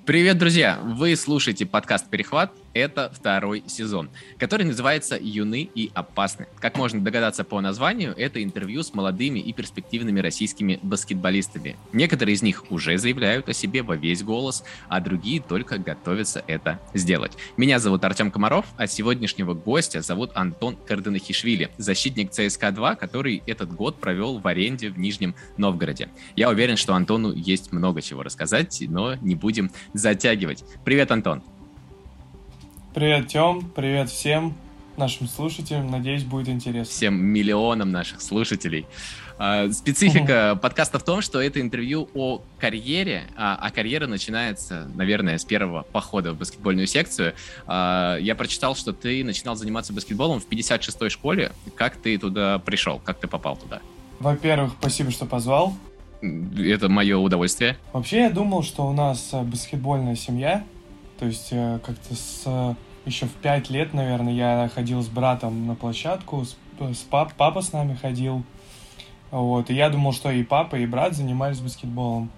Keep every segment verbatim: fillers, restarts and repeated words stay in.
Привет, друзья! Вы слушаете подкаст «Перехват». Это второй сезон, который называется «Юны и опасны». Как можно догадаться по названию, это интервью с молодыми и перспективными российскими баскетболистами. Некоторые из них уже заявляют о себе во весь голос, а другие только готовятся это сделать. Меня зовут Артем Комаров, а сегодняшнего гостя зовут Антон Кардынахишвили, защитник ЦСКА два, который этот год провел в аренде в Нижнем Новгороде. Я уверен, что Антону есть много чего рассказать, но не будем затягивать. Привет, Антон! Привет, Тём, привет всем нашим слушателям, надеюсь, будет интересно. Всем миллионам наших слушателей. Специфика подкаста в том, что это интервью о карьере, а карьера начинается, наверное, с первого похода в баскетбольную секцию. Я прочитал, что ты начинал заниматься баскетболом в пятьдесят шестой школе. Как ты туда пришел? Как ты попал туда? Во-первых, спасибо, что позвал. Это мое удовольствие. Вообще, я думал, что у нас баскетбольная семья. То есть как-то с еще в пять лет, наверное, я ходил с братом на площадку, с, с пап, папа с нами ходил. Вот, и я думал, что и папа, и брат занимались баскетболом.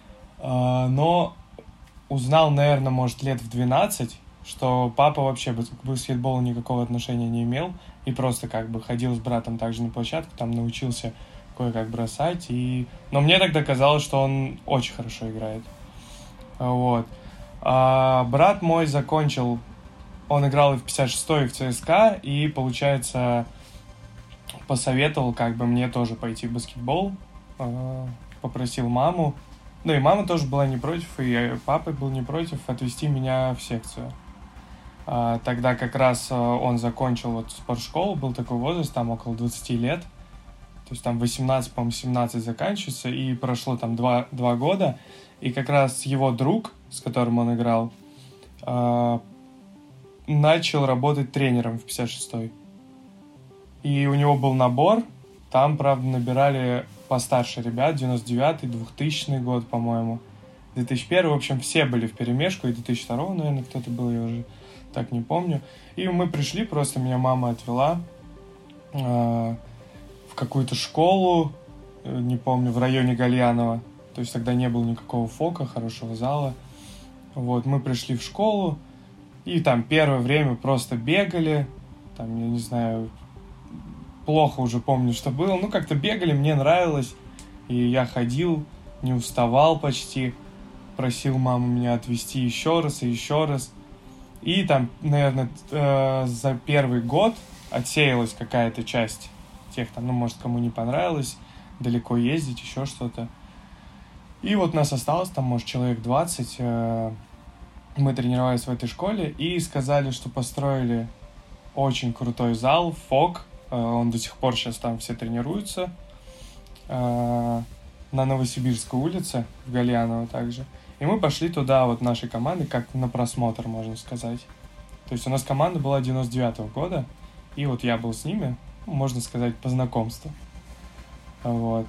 Но узнал, наверное, может, лет в двенадцать, что папа вообще к баскетболу никакого отношения не имел. И просто как бы ходил с братом также на площадку, там научился кое-как бросать. И... Но мне тогда казалось, что он очень хорошо играет. Вот. А брат мой закончил, он играл и в пятьдесят шестой, и в ЦСКА, и, получается, посоветовал как бы мне тоже пойти в баскетбол, попросил маму, ну и мама тоже была не против, и папа был не против отвезти меня в секцию. Тогда как раз он закончил вот спортшколу, был такой возраст, там около двадцати лет, то есть там восемнадцать, по-моему, семнадцать заканчивается, и прошло там два, два года, и как раз его друг, с которым он играл, э, начал работать тренером в пятьдесят шестой. И у него был набор, там, правда, набирали постарше ребят, девяносто девятый, двухтысячный год, по-моему, две тысячи первый, в общем, все были вперемешку, и две тысячи второй, наверное, кто-то был, я уже так не помню. И мы пришли, просто меня мама отвела э, в какую-то школу, не помню, в районе Гальянова. То есть тогда не было никакого фока, хорошего зала. Вот, мы пришли в школу, и там первое время просто бегали, там, я не знаю, плохо уже помню, что было, ну, как-то бегали, мне нравилось, и я ходил, не уставал почти, просил маму меня отвезти еще раз и еще раз, и там, наверное, э, за первый год отсеялась какая-то часть тех, там, ну, может, кому не понравилось, далеко ездить, еще что-то. И вот нас осталось там, может, человек двадцать. Мы тренировались в этой школе и сказали, что построили очень крутой зал, ФОК. Он до сих пор сейчас там все тренируются. На Новосибирской улице, в Гальяново также. И мы пошли туда вот нашей команды, как на просмотр, можно сказать. То есть у нас команда была девяносто девятого года, и вот я был с ними, можно сказать, по знакомству. Вот.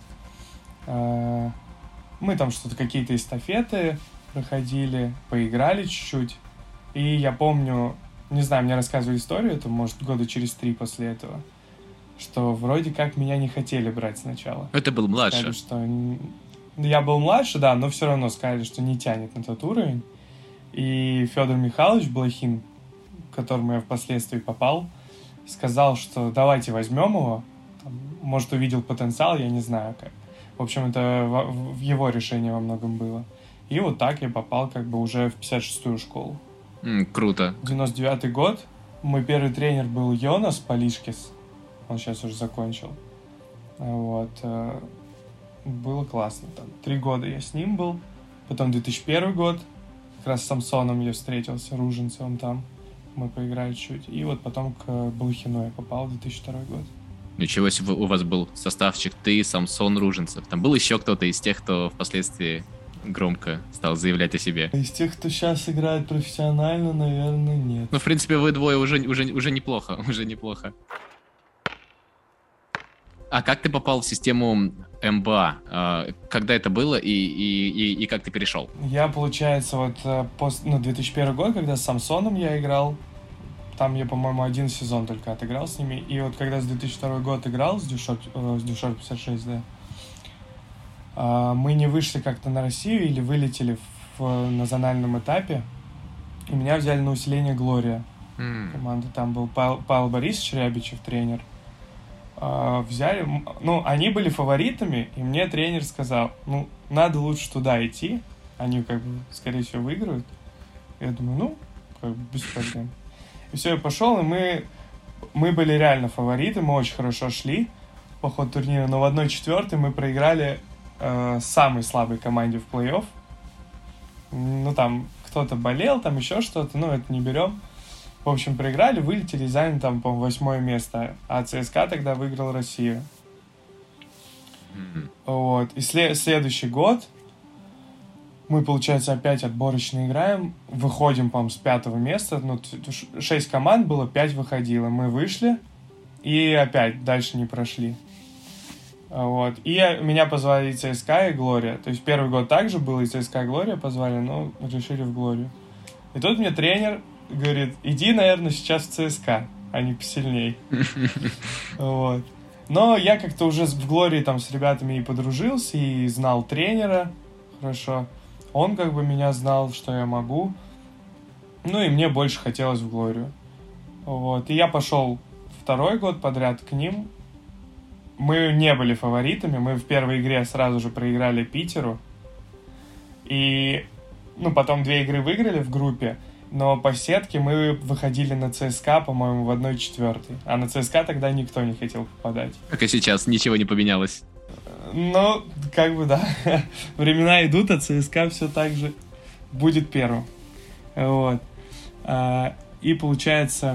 Мы там что-то, какие-то эстафеты проходили, поиграли чуть-чуть. И я помню, не знаю, мне рассказывали историю, это, может, года через три после этого, что вроде как меня не хотели брать сначала. Это был младше. Сказали, что... Я был младше, да, но все равно сказали, что не тянет на тот уровень. И Федор Михайлович Блохин, к которому я впоследствии попал, сказал, что давайте возьмем его. Там, может, увидел потенциал, я не знаю как. В общем, это в его решении во многом было. И вот так я попал как бы уже в пятьдесят шестую школу. Mm, круто. девяносто девятый год. Мой первый тренер был Йонас Полишкис. Он сейчас уже закончил. Вот. Было классно. Там три года я с ним был. Потом две тысячи первый год. Как раз с Самсоном я встретился, Ружинцевым там. Мы поиграли чуть. И вот потом к Блохину я попал в две тысячи второй год. Ничего себе, у вас был составчик ты, Самсон, Ружинцев. Там был еще кто-то из тех, кто впоследствии громко стал заявлять о себе? Из тех, кто сейчас играет профессионально, наверное, нет. Ну, в принципе, вы двое уже, уже, уже неплохо, уже неплохо. А как ты попал в систему эм бэ а? Когда это было и, и, и, и как ты перешел? Я, получается, вот после, ну, две тысячи первый год, когда с Самсоном я играл, там я, по-моему, один сезон только отыграл с ними. И вот когда с две тысячи второй год играл с Дюшор, э, с Дюшор пятьдесят шесть, да, э, мы не вышли как-то на Россию или вылетели в, на зональном этапе, и меня взяли на усиление «Глория». Mm. Команда там был Павел, Павел Борисович Рябичев, тренер. А, взяли, ну, они были фаворитами, и мне тренер сказал, ну, надо лучше туда идти, они, как бы, скорее всего, выиграют. Я думаю, ну, как бы, без проблем. И все, я пошел, и мы, мы были реально фавориты, мы очень хорошо шли по ходу турнира, но в одной четвертой мы проиграли э, самой слабой команде в плей-офф. Ну, там кто-то болел, там еще что-то, ну, это не берем. В общем, проиграли, вылетели и заняли там, по-моему, восьмое место. А ЦСКА тогда выиграл Россию. Mm-hmm. Вот. И след- следующий год мы, получается, опять отборочно играем. Выходим, по-моему, с пятого места. Ну, шесть команд было, пять выходило. Мы вышли и опять дальше не прошли. Вот. И я, меня позвали и ЦСКА, и Глория. То есть первый год также был, и ЦСКА, и Глория позвали, но решили в Глорию. И тут мне тренер говорит, иди, наверное, сейчас в ЦСКА, они посильней. Вот. Но я как-то уже в Глории там с ребятами и подружился, и знал тренера хорошо. Он как бы меня знал, что я могу. Ну и мне больше хотелось в Глорию. Вот. И я пошел второй год подряд к ним. Мы не были фаворитами, мы в первой игре сразу же проиграли Питеру. И, ну, потом две игры выиграли в группе, но по сетке мы выходили на ЦСКА, по-моему, в одной четвертой. А на ЦСКА тогда никто не хотел попадать. Как и сейчас, ничего не поменялось. Ну, как бы да. Времена идут, а ЦСКА все так же будет первым. Вот. И получается,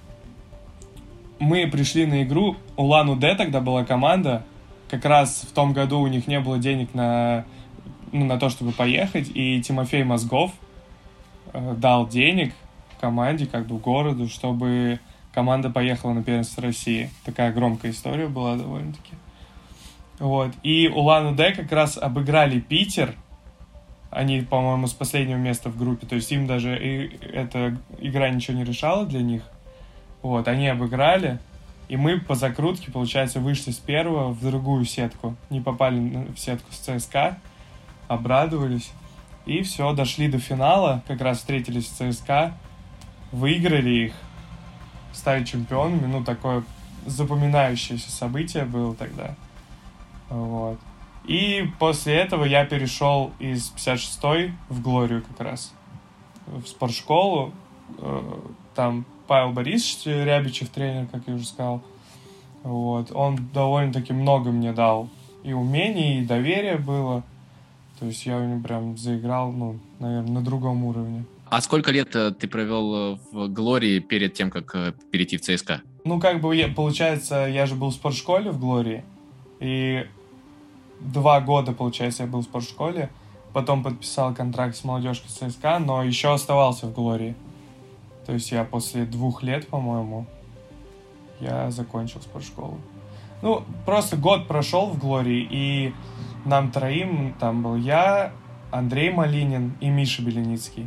мы пришли на игру. Улан-Удэ тогда была команда. Как раз в том году у них не было денег на, ну, на то, чтобы поехать. И Тимофей Мозгов э, дал денег команде, как бы городу, чтобы команда поехала на первенство России. Такая громкая история была довольно-таки. Вот. И Улан-Удэ как раз обыграли Питер. Они, по-моему, с последнего места в группе. То есть им даже и эта игра ничего не решала для них. Вот, они обыграли, и мы по закрутке, получается, вышли с первого в другую сетку. Не попали в сетку с ЦСКА, обрадовались. И все, дошли до финала, как раз встретились с ЦСКА, выиграли их, стали чемпионами. Ну, такое запоминающееся событие было тогда. Вот. И после этого я перешел из пятьдесят шестой в Глорию как раз, в спортшколу. Там Павел Борисович Рябичев, тренер, как я уже сказал. Вот. Он довольно-таки много мне дал и умений, и доверия было. То есть я у него прям заиграл, ну, наверное, на другом уровне. А сколько лет ты провел в Глории перед тем, как перейти в ЦСКА? Ну, как бы, получается, я же был в спортшколе в Глории. И два года, получается, я был в спортшколе. Потом подписал контракт с молодежкой ЦСКА, но еще оставался в Глории. То есть я после двух лет, по-моему, я закончил спортшколу. Ну, просто год прошел в Глории, и нам троим, там был я, Андрей Малинин и Миша Беленицкий.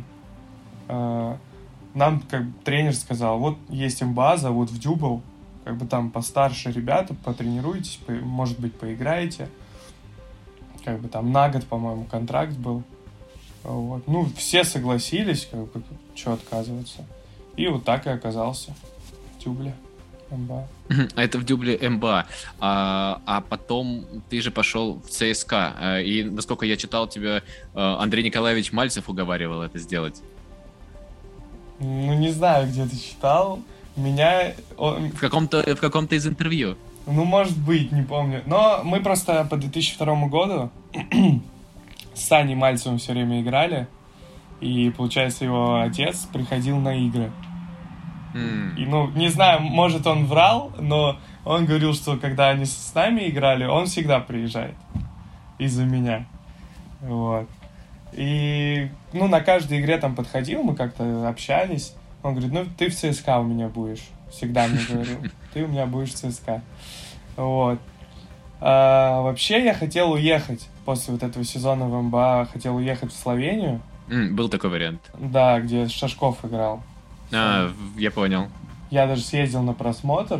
Нам как тренер сказал, вот есть МБА, зовут в Дюбл, как бы там постарше ребята, потренируйтесь, по, может быть, поиграете. Как бы там на год, по-моему, контракт был. Вот. Ну, все согласились, как бы, что отказываться. И вот так и оказался в Дюбле МБА. Это в Дюбле МБА. А, а потом ты же пошел в ЦСКА. И, насколько я читал, тебя Андрей Николаевич Мальцев уговаривал это сделать. Ну, не знаю, где ты читал. Меня... В каком-то, в каком-то из интервью. Ну, может быть, не помню. Но мы просто по две тысячи второму году с Саней Мальцевым все время играли. И, получается, его отец приходил на игры. Mm. И, ну, не знаю, может, он врал, но он говорил, что когда они с нами играли, он всегда приезжает из-за меня. Вот. И, ну, на каждой игре там подходил, мы как-то общались. Он говорит, ну, ты в ЦСКА у меня будешь. Всегда мне говорил, ты у меня будешь в ЦСКА. Вот. А, вообще, я хотел уехать после вот этого сезона в МБА, хотел уехать в Словению. Mm, был такой вариант. Да, где Шашков играл. А, я понял. Я даже съездил на просмотр,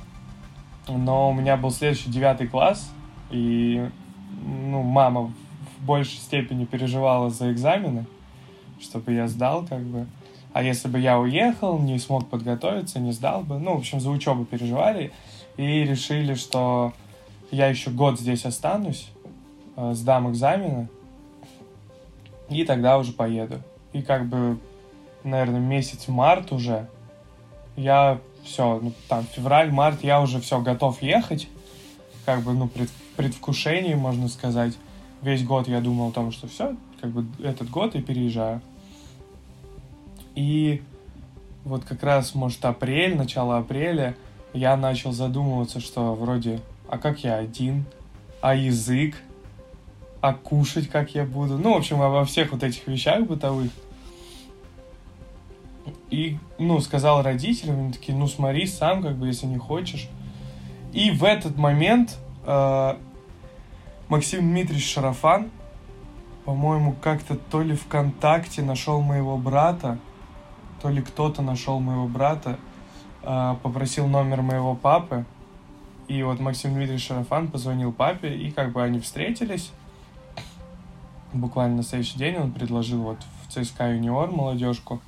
но у меня был следующий девятый класс, и, ну, мама в большей степени переживала за экзамены, чтобы я сдал, как бы. А если бы я уехал, не смог подготовиться, не сдал бы, ну, в общем, за учебу переживали и решили, что я еще год здесь останусь, сдам экзамены, и тогда уже поеду. И как бы, наверное, месяц март уже, я все, ну, там, февраль-март, я уже все, готов ехать, как бы, ну, пред, предвкушении, можно сказать. Весь год я думал о том, что все, как бы, этот год и переезжаю. И вот как раз, может, апрель, начало апреля, я начал задумываться, что вроде, а как я один, а язык, а кушать как я буду. Ну, в общем, обо всех вот этих вещах бытовых. И, ну, сказал родителям, они такие, ну, смотри сам, как бы, если не хочешь. И в этот момент э, Максим Дмитриевич Шарафан, по-моему, как-то то ли ВКонтакте нашел моего брата, то ли кто-то нашел моего брата, э, попросил номер моего папы, и вот Максим Дмитриевич Шарафан позвонил папе, и как бы они встретились. Буквально на следующий день он предложил вот в ЦСКА Юниор молодежку.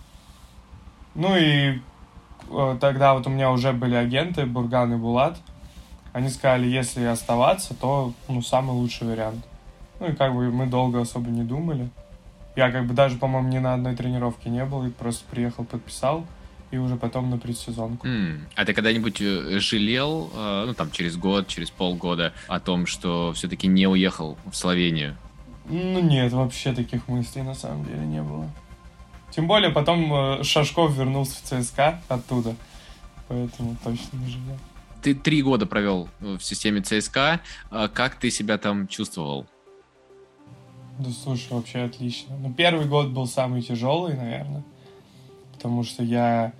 Ну и э, тогда вот у меня уже были агенты, Бурган и Булат. Они сказали, если оставаться, то, ну, самый лучший вариант. Ну и как бы мы долго особо не думали. Я как бы даже, по-моему, ни на одной тренировке не был, и просто приехал, подписал, и уже потом на предсезонку. Mm. А ты когда-нибудь жалел, ну там через год, через полгода, о том, что все-таки не уехал в Словению? Ну нет, вообще таких мыслей на самом деле не было. Тем более потом Шашков вернулся в ЦСКА оттуда, поэтому точно не жалел. Ты три года провел в системе ЦСКА, как ты себя там чувствовал? Да слушай, вообще отлично. Ну, первый год был самый тяжелый, наверное, потому что я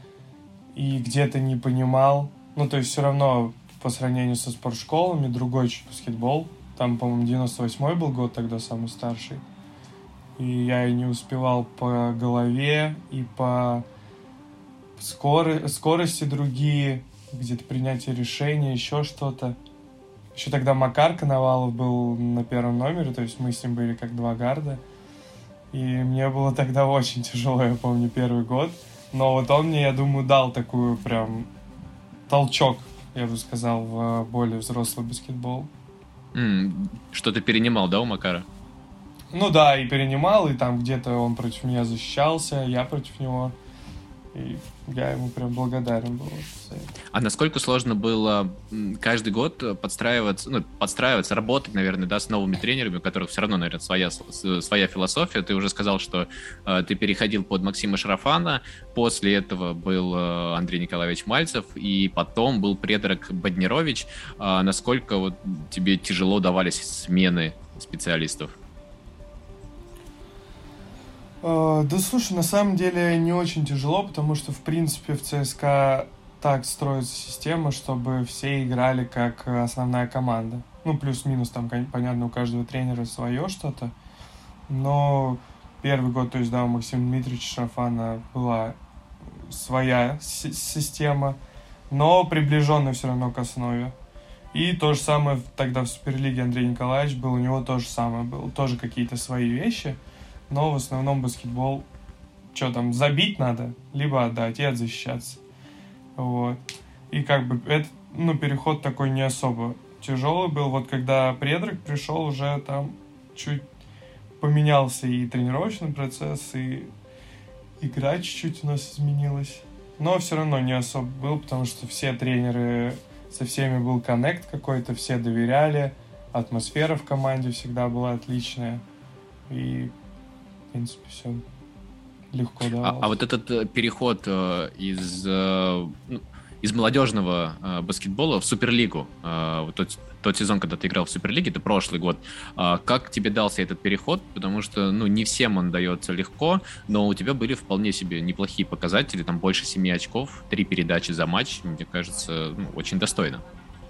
и где-то не понимал, ну, то есть все равно по сравнению со спортшколами другой чуть баскетбол. Там, по-моему, девяносто восьмой был год тогда, самый старший. И я и не успевал по голове, и по скоры... скорости другие, где-то принятие решения, еще что-то. Еще тогда Макар Коновалов был на первом номере, то есть мы с ним были как два гарда. И мне было тогда очень тяжело, я помню, первый год. Но вот он мне, я думаю, дал такую прям толчок, я бы сказал, в более взрослый баскетбол. Mm, что-то перенимал, да, у Макара? Ну да, и перенимал, и там где-то он против меня защищался, я против него. И я ему прям благодарен был за это. А насколько сложно было каждый год подстраиваться, ну, подстраиваться, работать, наверное, да, с новыми тренерами, у которых все равно, наверное, своя, своя философия. Ты уже сказал, что э, ты переходил под Максима Шарафана, после этого был э, Андрей Николаевич Мальцев, и потом был Предрак Боднерович. Э, насколько вот тебе тяжело давались смены специалистов? Да слушай, на самом деле не очень тяжело, потому что, в принципе, в ЦСКА так строится система, чтобы все играли как основная команда. Ну, плюс-минус, там, понятно, у каждого тренера свое что-то. Но первый год, то есть, да, у Максима Дмитриевича Шарафана была своя с- система, но приближенная все равно к основе. И то же самое тогда в Суперлиге Андрей Николаевич был, у него то же самое было, тоже какие-то свои вещи. Но в основном баскетбол, что там, забить надо, либо отдать и отзащищаться. Вот. И как бы это, ну, переход такой не особо тяжелый был. Вот когда Предрак пришел, уже там чуть поменялся и тренировочный процесс, и игра чуть-чуть у нас изменилась. Но все равно не особо был, потому что все тренеры, со всеми был коннект какой-то, все доверяли, атмосфера в команде всегда была отличная. И в принципе, все легко давалось. А, а вот этот э, переход э, из, э, ну, из молодежного э, баскетбола в Суперлигу, э, вот тот, тот сезон, когда ты играл в Суперлиге, это прошлый год, э, как тебе дался этот переход? Потому что, ну, не всем он дается легко, но у тебя были вполне себе неплохие показатели, там больше семи очков, три передачи за матч, мне кажется, ну, очень достойно.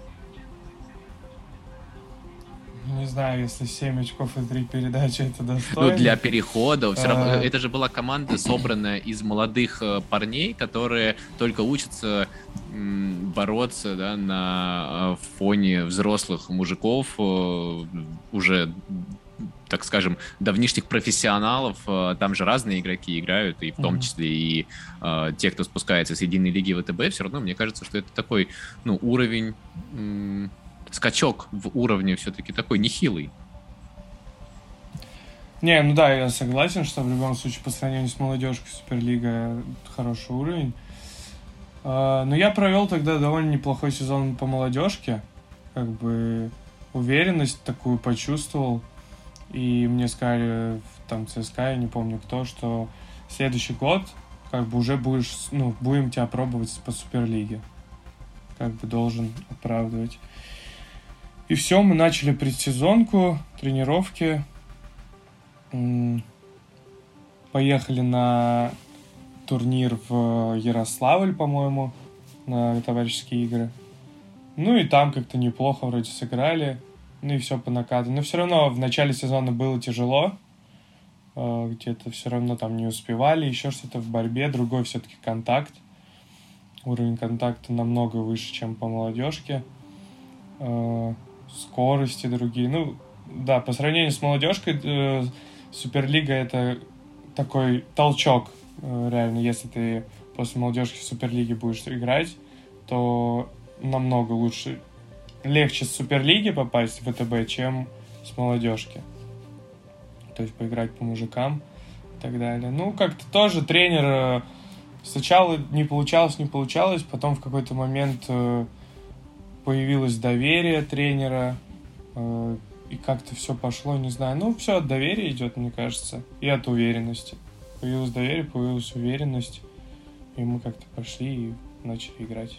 Не знаю, если семь очков и три передачи, это достойно. Ну, для перехода. Все равно, это же была команда, собранная из молодых парней, которые только учатся бороться, да, на фоне взрослых мужиков, уже так скажем, давнишних профессионалов. Там же разные игроки играют, и в том числе и э, те, кто спускается с единой лиги ВТБ, все равно мне кажется, что это такой, ну, уровень, м- скачок в уровне все-таки такой нехилый. Не, ну да, я согласен, что в любом случае по сравнению с молодежкой Суперлига хороший уровень. Uh, но я провел тогда довольно неплохой сезон по молодежке. Как бы уверенность такую почувствовал. И мне сказали, там, ЦСКА, я не помню кто, что следующий год как бы уже будешь, ну, будем тебя пробовать по Суперлиге. Как бы должен оправдывать. И все, мы начали предсезонку, тренировки. М- Поехали на турнир в Ярославль, по-моему, на товарищеские игры. Ну и там как-то неплохо вроде сыграли. Ну и все по накату. Но все равно в начале сезона было тяжело. Где-то все равно там не успевали. Еще что-то в борьбе. Другой все-таки контакт. Уровень контакта намного выше, чем по молодежке. Скорости другие. Ну, да, по сравнению с молодежкой, Суперлига — это такой толчок. Реально, если ты после молодежки в Суперлиге будешь играть, то намного лучше, легче с Суперлиги попасть в ВТБ, чем с молодежки. То есть поиграть по мужикам и так далее. Ну, как-то тоже тренер сначала не получалось, не получалось, потом в какой-то момент появилось доверие тренера, и как-то все пошло, не знаю. Ну, все от доверия идет, мне кажется, и от уверенности. Появилось доверие, появилась уверенность, и мы как-то пошли и начали играть.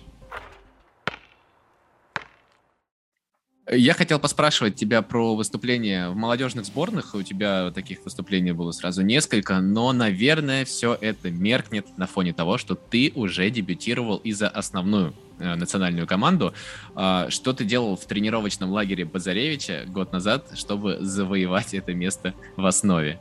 Я хотел поспрашивать тебя про выступления в молодежных сборных. У тебя таких выступлений было сразу несколько, но, наверное, все это меркнет на фоне того, что ты уже дебютировал и за основную э, национальную команду. Э, что ты делал в тренировочном лагере Базаревича год назад, чтобы завоевать это место в основе?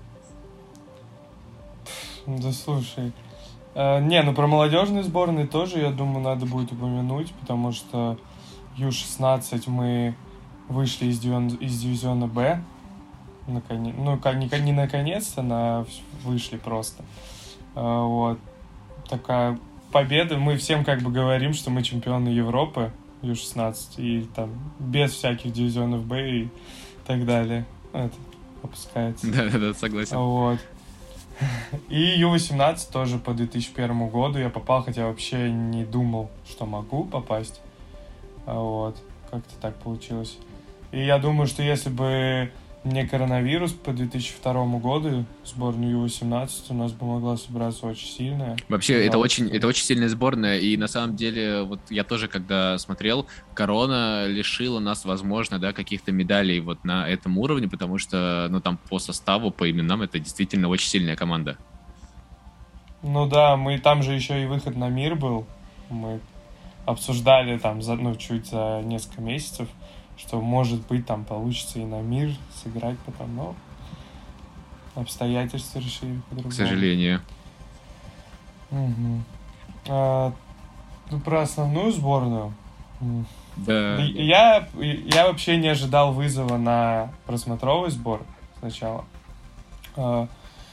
Да слушай, э, не, ну про молодежные сборные тоже, я думаю, надо будет упомянуть, потому что ю шестнадцать мы вышли из, дивизион, из дивизиона Б, наконец, ну не, не наконец-то, на вышли просто, э, вот, такая победа, мы всем как бы говорим, что мы чемпионы Европы, ю шестнадцать, и там без всяких дивизионов Б и так далее, это опускается. Да-да-да, согласен. Вот. И ю восемнадцать тоже по две тысячи первому году я попал, хотя вообще не думал, что могу попасть. Вот. Как-то так получилось. И я думаю, что если бы не коронавирус по две тысячи второму году, сборная ю восемнадцать у нас бы могла собраться очень сильная. Вообще, это очень, это очень сильная сборная, и на самом деле, вот я тоже, когда смотрел, корона лишила нас, возможно, да, каких-то медалей вот на этом уровне, потому что, ну, там по составу, по именам, это действительно очень сильная команда. Ну да, мы там же еще и выход на мир был, мы обсуждали там, за, ну, чуть за несколько месяцев, что, может быть, там получится и на мир сыграть потом, но обстоятельства решили по-другому. К сожалению. Угу. А, ну, про основную сборную. Да. Я, я вообще не ожидал вызова на просмотровый сбор сначала. А,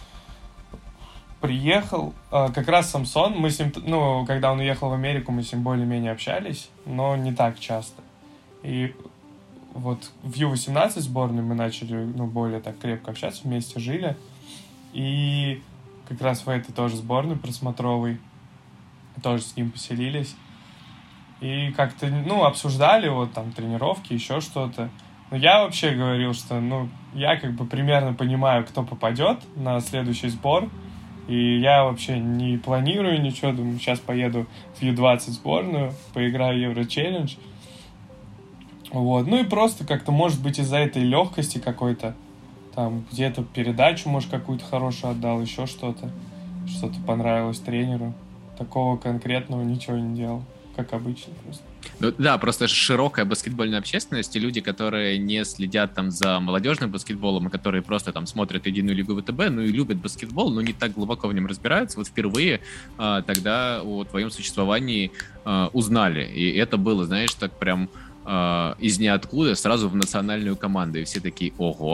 приехал, а, как раз Самсон, мы с ним, ну, когда он уехал в Америку, мы с ним более-менее общались, но не так часто. И вот в ю восемнадцать сборной мы начали, ну, более так крепко общаться, вместе жили. И как раз в этой тоже сборной просмотровой тоже с ним поселились. И как-то, ну, обсуждали вот там тренировки, еще что-то. Но я вообще говорил, что, ну, я как бы примерно понимаю, кто попадет на следующий сбор. И я вообще не планирую ничего. Думаю, сейчас поеду в ю двадцать сборную, поиграю Евро-челлендж. Вот. Ну и просто как-то, может быть, из-за этой легкости какой-то, там, где-то передачу, может, какую-то хорошую отдал, еще что-то. Что-то понравилось тренеру. Такого конкретного ничего не делал. Как обычно просто. Ну, да, просто широкая баскетбольная общественность и люди, которые не следят там за молодежным баскетболом, и которые просто там смотрят единую лигу ВТБ, ну и любят баскетбол, но не так глубоко в нем разбираются, вот впервые а, тогда о твоем существовании а, узнали. И это было, знаешь, так прям а, из ниоткуда сразу в национальную команду. И все такие: ого,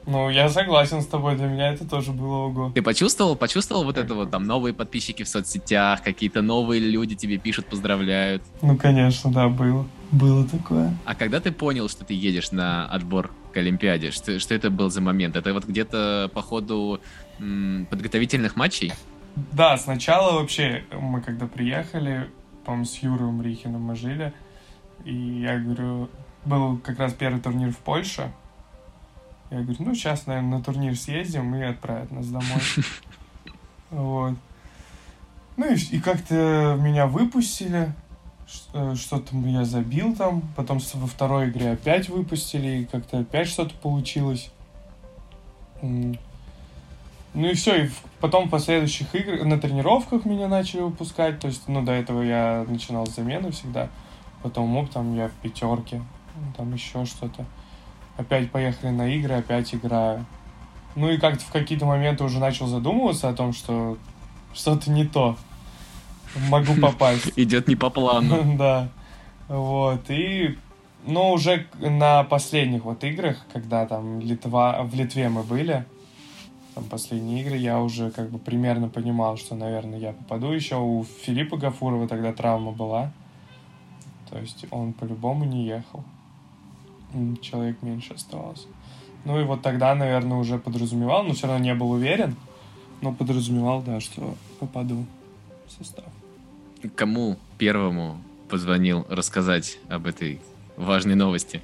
Ну, я согласен с тобой, для меня это тоже было ого. Ты почувствовал, почувствовал вот это вот, там, новые подписчики в соцсетях, какие-то новые люди тебе пишут, поздравляют? Ну, конечно, да, было. Было такое. А когда ты понял, что ты едешь на отбор к Олимпиаде, что, что это был за момент? Это вот где-то по ходу м, подготовительных матчей? Да, сначала вообще мы когда приехали, по-моему, с Юрой Умрихиным мы жили, и я говорю, был как раз первый турнир в Польше. Я говорю, ну, сейчас, наверное, на турнир съездим и отправят нас домой. Вот. Ну и, и как-то меня выпустили, что-то я забил там, потом во второй игре опять выпустили, и как-то опять что-то получилось. Ну и все, и потом в последующих играх, на тренировках меня начали выпускать, то есть, ну, до этого я начинал с замены всегда, потом, оп, там я в пятерке, там еще что-то. Опять поехали на игры, опять играю. Ну и как-то в какие-то моменты уже начал задумываться о том, что что-то не то. Могу попасть. Идет не по плану. Да. Вот. И, ну, уже на последних вот играх, когда там Литва, в Литве мы были, там последние игры, я уже как бы примерно понимал, что, наверное, я попаду. Еще у Филиппа Гафурова тогда травма была. То есть он по-любому не ехал. Человек меньше оставался. Ну и вот тогда, наверное, уже подразумевал, но все равно не был уверен, но подразумевал, да, что попаду в состав. Кому первому позвонил рассказать об этой важной новости?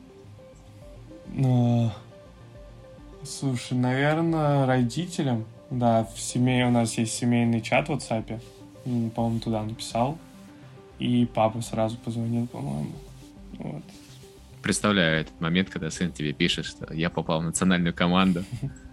Ну, слушай, наверное, родителям. Да, в семье у нас есть семейный чат в WhatsApp. По-моему, туда написал. И папа сразу позвонил, по-моему. Вот. Представляю этот момент, когда сын тебе пишет, что я попал в национальную команду.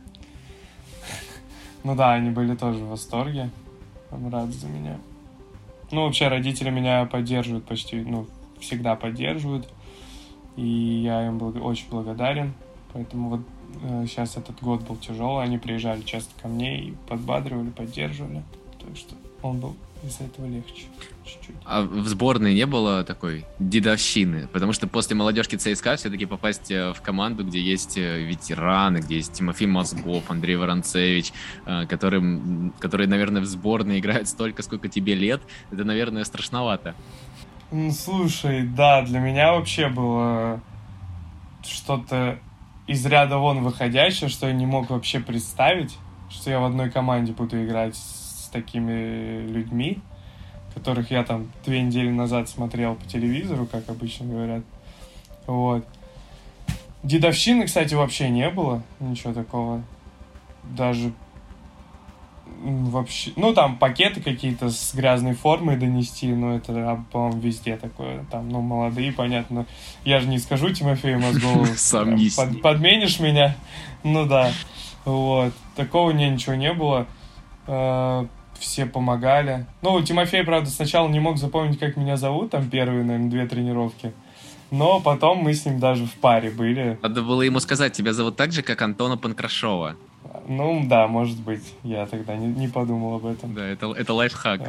Ну да, они были тоже в восторге. Рады за меня. Ну, вообще, родители меня поддерживают почти, ну, всегда поддерживают. И я им был очень благодарен. Поэтому вот э, сейчас этот год был тяжелый. Они приезжали часто ко мне и подбадривали, поддерживали. Так что он был из-за этого легче чуть-чуть. А в сборной не было такой дедовщины? Потому что после молодежки ЦСКА все-таки попасть в команду, где есть ветераны, где есть Тимофей Мозгов, Андрей Воронцевич, которым, которые, наверное, в сборной играют столько, сколько тебе лет, это, наверное, страшновато. Ну, слушай, да, для меня вообще было что-то из ряда вон выходящее, что я не мог вообще представить, что я в одной команде буду играть с такими людьми, которых я там две недели назад смотрел по телевизору, как обычно говорят. Вот. Дедовщины, кстати, вообще не было, ничего такого. Даже вообще... Ну, там пакеты какие-то с грязной формой донести, но это, по-моему, везде такое. Там, ну, молодые, понятно. Я же не скажу Тимофею Мозгову. Сам не под, подменишь меня? Ну, да. Вот. Такого не, ничего не было. Все помогали. Ну, Тимофей, правда, сначала не мог запомнить, как меня зовут, там первые, наверное, две тренировки. Но потом мы с ним даже в паре были. Надо было ему сказать, тебя зовут так же, как Антона Панкрашова. Ну, да, может быть. Я тогда не, не подумал об этом. Да, это, это лайфхак.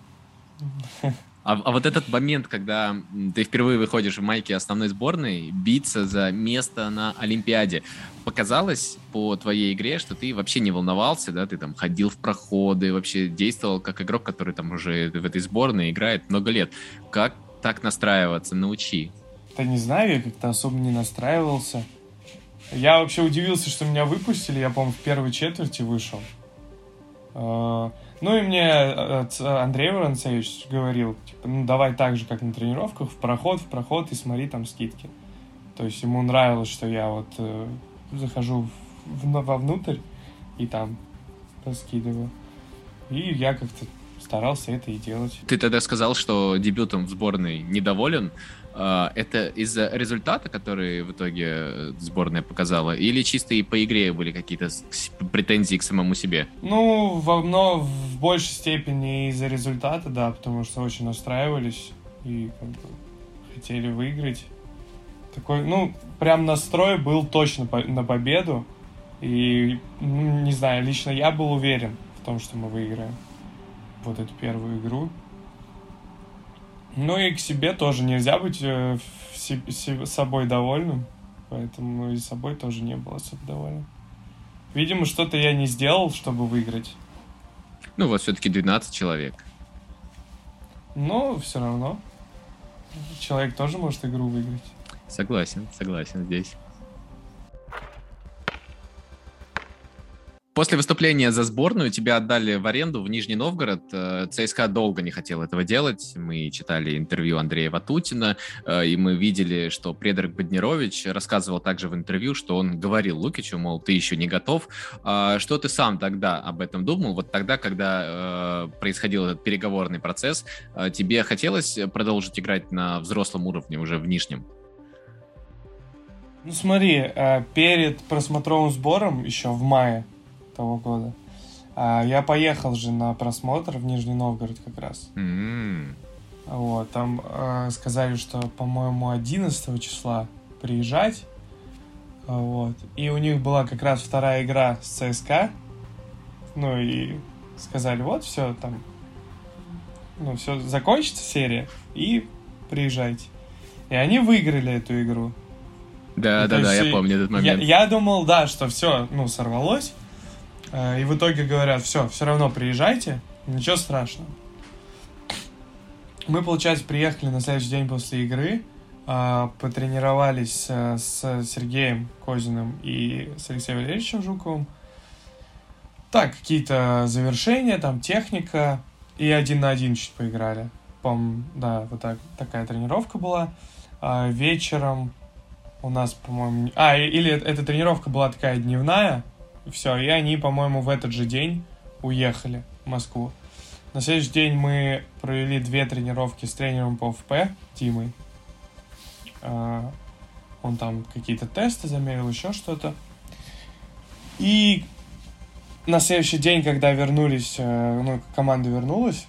А, а вот этот момент, когда ты впервые выходишь в майке основной сборной, биться за место на Олимпиаде, показалось по твоей игре, что ты вообще не волновался, да, ты там ходил в проходы, вообще действовал как игрок, который там уже в этой сборной играет много лет. Как так настраиваться? Научи. Да не знаю, я как-то особо не настраивался. Я вообще удивился, что меня выпустили, я, по-моему, в первой четверти вышел. Ну и мне Андрей Воронцевич говорил, типа, ну давай так же, как на тренировках, в проход, в проход и смотри там скидки. То есть ему нравилось, что я вот э, захожу в, в, вовнутрь и там раскидываю. И я как-то старался это и делать. Ты тогда сказал, что дебютом в сборной недоволен. Это из-за результата, который в итоге сборная показала, или чисто и по игре были какие-то претензии к самому себе? Ну, во, но в большей степени из-за результата, да, потому что очень настраивались и как бы хотели выиграть. Такой, ну, прям настрой был точно по- на победу. И, ну, не знаю, лично я был уверен в том, что мы выиграем вот эту первую игру. Ну и к себе тоже нельзя быть э, с собой довольным. поэтому и собой тоже не был особо доволен. Видимо, что-то я не сделал, чтобы выиграть. Ну, у вас все-таки двенадцать человек. Но все равно. Человек тоже может игру выиграть. Согласен, согласен здесь. После выступления за сборную тебя отдали в аренду в Нижний Новгород. ЦСКА долго не хотел этого делать. Мы читали интервью Андрея Ватутина, и мы видели, что Предрак Боднерович рассказывал также в интервью, что он говорил Лукичу, мол, ты еще не готов. Что ты сам тогда об этом думал? Вот тогда, когда происходил этот переговорный процесс, тебе хотелось продолжить играть на взрослом уровне, уже в нижнем? Ну смотри, перед просмотровым сбором еще в мае того года я поехал же на просмотр в Нижний Новгород как раз. Mm-hmm. Вот, там э, сказали, что, по-моему, одиннадцатого числа приезжать. Вот. И у них была как раз вторая игра с ЦСКА. Ну и сказали, вот, все, там, ну, все, закончится серия, и приезжайте. И они выиграли эту игру. Да, да, да, я помню этот момент. Я, я думал, да, что все, ну, сорвалось. И в итоге говорят, все, все равно приезжайте, ничего страшного. Мы, получается, приехали на следующий день после игры, потренировались с Сергеем Козиным и с Алексеем Валерьевичем Жуковым. Так, какие-то завершения, там техника, и один на один чуть поиграли. По-моему, да, вот так, такая тренировка была. Вечером у нас, по-моему... А, или эта тренировка была такая дневная. Все, и они, по-моему, в этот же день уехали в Москву. На следующий день мы провели две тренировки с тренером по ФП, Тимой. Он там какие-то тесты замерил, еще что-то. И на следующий день, когда вернулись, ну, команда вернулась,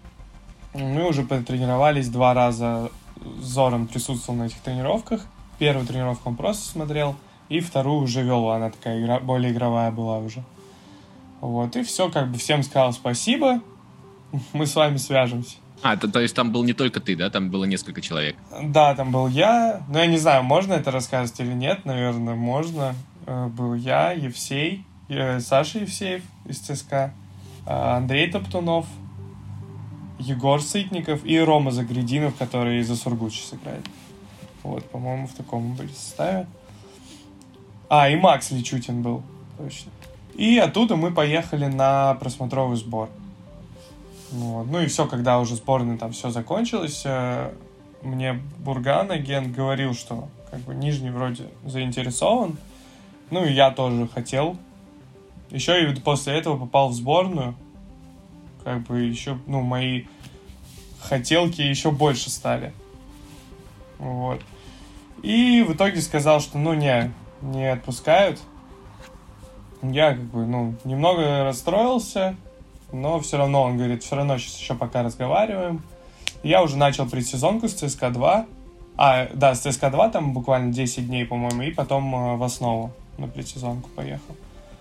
мы уже потренировались два раза. Зоран присутствовал на этих тренировках. Первую тренировку он просто смотрел, и вторую уже вел, она такая игра, более игровая была уже. Вот, и все, как бы всем сказал спасибо, мы с вами свяжемся. А, то, то есть там был не только ты, да? Там было несколько человек. Да, там был я, но я не знаю, можно это рассказывать или нет, наверное, можно. Был я, Евсей, Саша Евсеев из ЦСКА, Андрей Топтунов, Егор Сытников и Рома Загрединов, который за Сургут сейчас играет. Вот, по-моему, в таком были составе. А, и Макс Личутин был, точно. И оттуда мы поехали на просмотровый сбор. Вот. Ну и все, когда уже сборная там все закончилось, мне Бурган, агент, говорил, что как бы Нижний вроде заинтересован. Ну и я тоже хотел. Еще и после этого попал в сборную. Как бы еще, ну, мои хотелки еще больше стали. Вот. И в итоге сказал, что ну не, не отпускают. Я как бы, ну, немного расстроился, но все равно, он говорит, все равно сейчас еще пока разговариваем. Я уже начал предсезонку с ЦСКА два. А, да, с ЦСКА два там буквально десять дней, по-моему, и потом э, в основу на предсезонку поехал.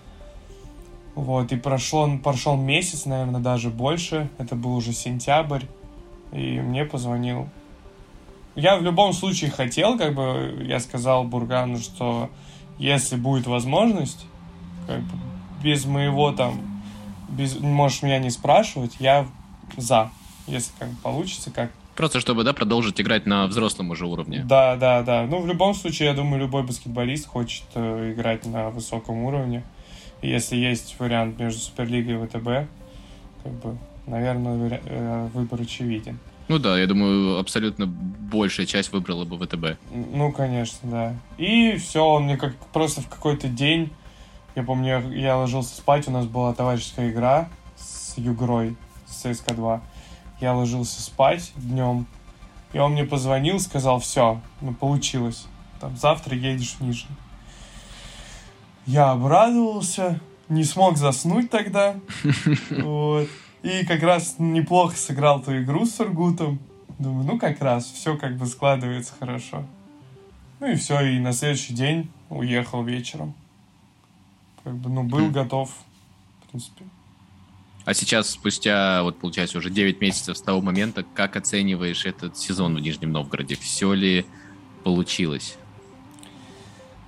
Вот, и прошел, прошел месяц, наверное, даже больше. Это был уже сентябрь. И мне позвонил. Я в любом случае хотел, как бы, я сказал Бургану, что если будет возможность, как бы, без моего там, без, можешь меня не спрашивать, я за, если как бы получится, как. Просто чтобы, да, продолжить играть на взрослом уже уровне. Да, да, да. Ну, в любом случае, я думаю, любой баскетболист хочет э, играть на высоком уровне. И если есть вариант между Суперлигой и ВТБ, как бы, наверное, вари... э, выбор очевиден. Ну да, я думаю, абсолютно большая часть выбрала бы ВТБ. Ну, конечно, да. И все, он мне как просто в какой-то день, я помню, я, я ложился спать, у нас была товарищеская игра с Югрой, с ЦСКА два. Я ложился спать днем, и он мне позвонил, сказал, все, ну, получилось. Там, завтра едешь в Нижний. Я обрадовался, не смог заснуть тогда. Вот. И как раз неплохо сыграл ту игру с Сургутом. Думаю, ну как раз, все как бы складывается хорошо. Ну и все, и на следующий день уехал вечером. Как бы, ну, был готов, в принципе. А сейчас, спустя, вот, получается, уже девять месяцев с того момента, как оцениваешь этот сезон в Нижнем Новгороде? Все ли получилось?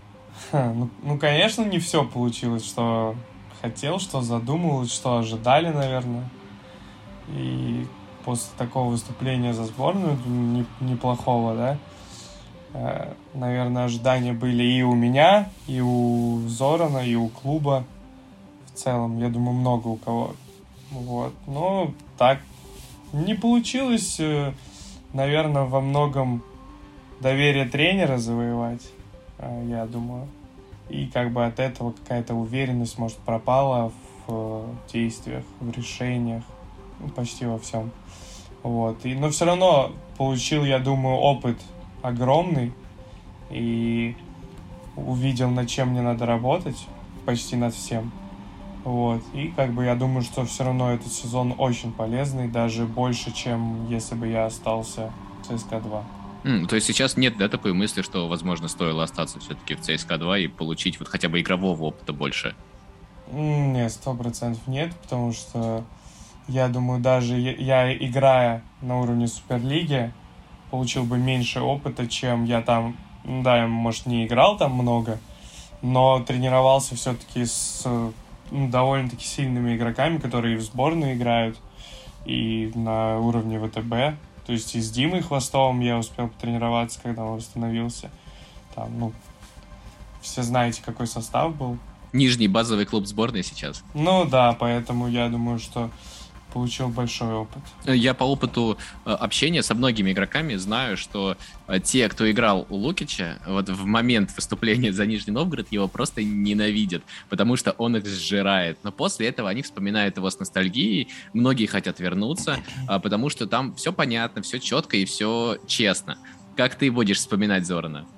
Ха, ну, ну, конечно, не все получилось, что хотел, что задумывалось, что ожидали, наверное. И после такого выступления за сборную, не, неплохого, да, э, наверное, ожидания были и у меня, и у Зорана, и у клуба в целом. Я думаю, много у кого. Вот. Но так не получилось, э, наверное, во многом доверие тренера завоевать, э, я думаю. И как бы от этого какая-то уверенность, может, пропала в э, действиях, в решениях, ну, почти во всем. Вот. И, но все равно получил, я думаю, опыт огромный. И увидел, над чем мне надо работать. Почти над всем. Вот. И как бы я думаю, что все равно этот сезон очень полезный. Даже больше, чем если бы я остался в ЦСКА два. Mm, то есть сейчас нет, да, такой мысли, что, возможно, стоило остаться все-таки в ЦСКА два и получить вот хотя бы игрового опыта больше? Нет, сто процентов нет, потому что я думаю, даже я, играя на уровне Суперлиги, получил бы меньше опыта, чем я там, да, я, может, не играл там много, но тренировался все-таки с ну, довольно-таки сильными игроками, которые и в сборную играют, и на уровне ВТБ. То есть и с Димой Хвостовым я успел потренироваться, когда он восстановился. Там, ну, все знаете, какой состав был. Нижний базовый клуб сборной сейчас. Ну да, поэтому я думаю, что получил большой опыт. Я по опыту общения со многими игроками знаю, что те, кто играл у Лукича, вот в момент выступления за Нижний Новгород его просто ненавидят, потому что он их сжирает. Но после этого они вспоминают его с ностальгией, многие хотят вернуться, потому что там все понятно, все четко и все честно. Как ты будешь вспоминать Зорана?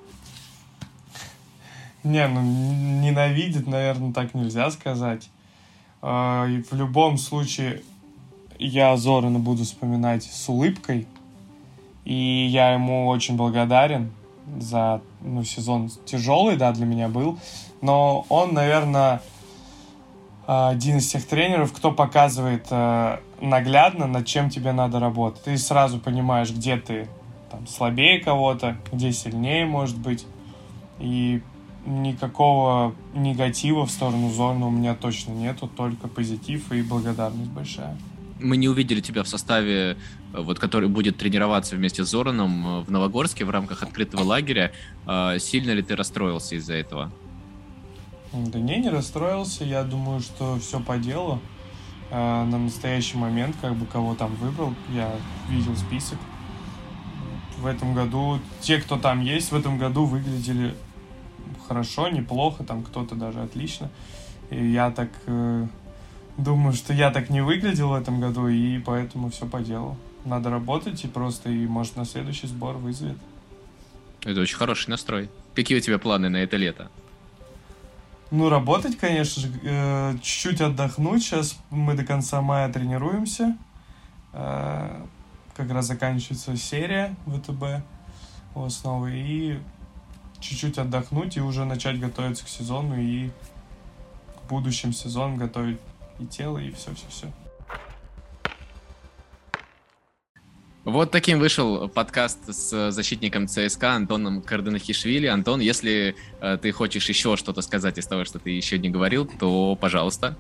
Не, ну ненавидит, наверное, так нельзя сказать. И в любом случае я Зорана буду вспоминать с улыбкой. И я ему очень благодарен за ну, сезон тяжелый, да, для меня был. Но он, наверное, один из тех тренеров, кто показывает наглядно, над чем тебе надо работать. Ты сразу понимаешь, где ты там, слабее кого-то, где сильнее, может быть. И никакого негатива в сторону Зорана у меня точно нету, только позитив и благодарность большая. Мы не увидели тебя в составе, вот, который будет тренироваться вместе с Зораном в Новогорске в рамках открытого лагеря. Сильно ли ты расстроился из-за этого? Да не, не расстроился. Я думаю, что все по делу. На настоящий момент, как бы кого там выбрал, я видел список. В этом году те, кто там есть, в этом году выглядели хорошо, неплохо, там кто-то даже отлично. И я так э, думаю, что я так не выглядел в этом году, и поэтому все по делу. Надо работать, и просто, и может на следующий сбор вызовет. Это очень хороший настрой. Какие у тебя планы на это лето? Ну, работать, конечно же, э, чуть-чуть отдохнуть. Сейчас мы до конца мая тренируемся. Э, как раз заканчивается серия ВТБ у основы, и чуть-чуть отдохнуть и уже начать готовиться к сезону и к будущим сезонам готовить и тело, и все-все-все. Вот таким вышел подкаст с защитником ЦСКА Антоном Карденахишвили. Антон, если э, ты хочешь еще что-то сказать из того, что ты еще не говорил, то пожалуйста.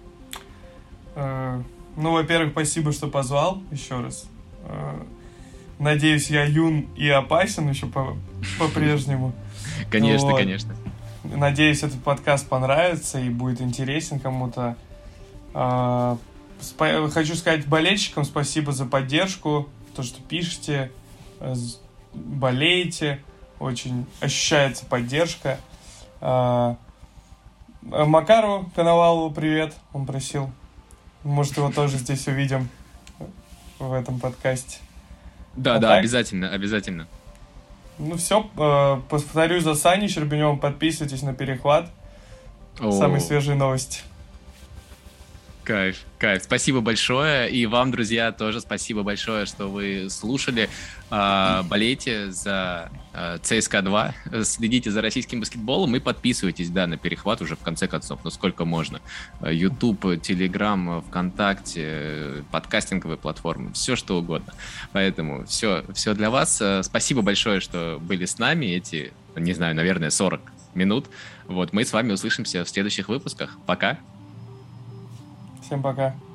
Э, ну, во-первых, спасибо, что позвал еще раз. Э, Надеюсь, я юн и опасен еще по- по-прежнему. Конечно, вот. конечно. Надеюсь, этот подкаст понравится и будет интересен кому-то. А, спа- хочу сказать болельщикам спасибо за поддержку, то, что пишете, болеете. Очень ощущается поддержка. А, Макару Коновалову привет, он просил. Может, его тоже здесь увидим в этом подкасте. Да, а да, так? обязательно, обязательно. Ну все, повторюсь за Саней Щербиневым, подписывайтесь на перехват. О, Самые свежие новости. Кайф, кайф. Спасибо большое. И вам, друзья, тоже спасибо большое, что вы слушали. А, болейте за а, ЦСКА два, следите за российским баскетболом и подписывайтесь, да, на перехват уже в конце концов, ну сколько можно. YouTube, Telegram, ВКонтакте, подкастинговые платформы, все что угодно. Поэтому все, все для вас. Спасибо большое, что были с нами эти, не знаю, наверное, сорок минут. Вот, мы с вами услышимся в следующих выпусках. Пока! Всем пока!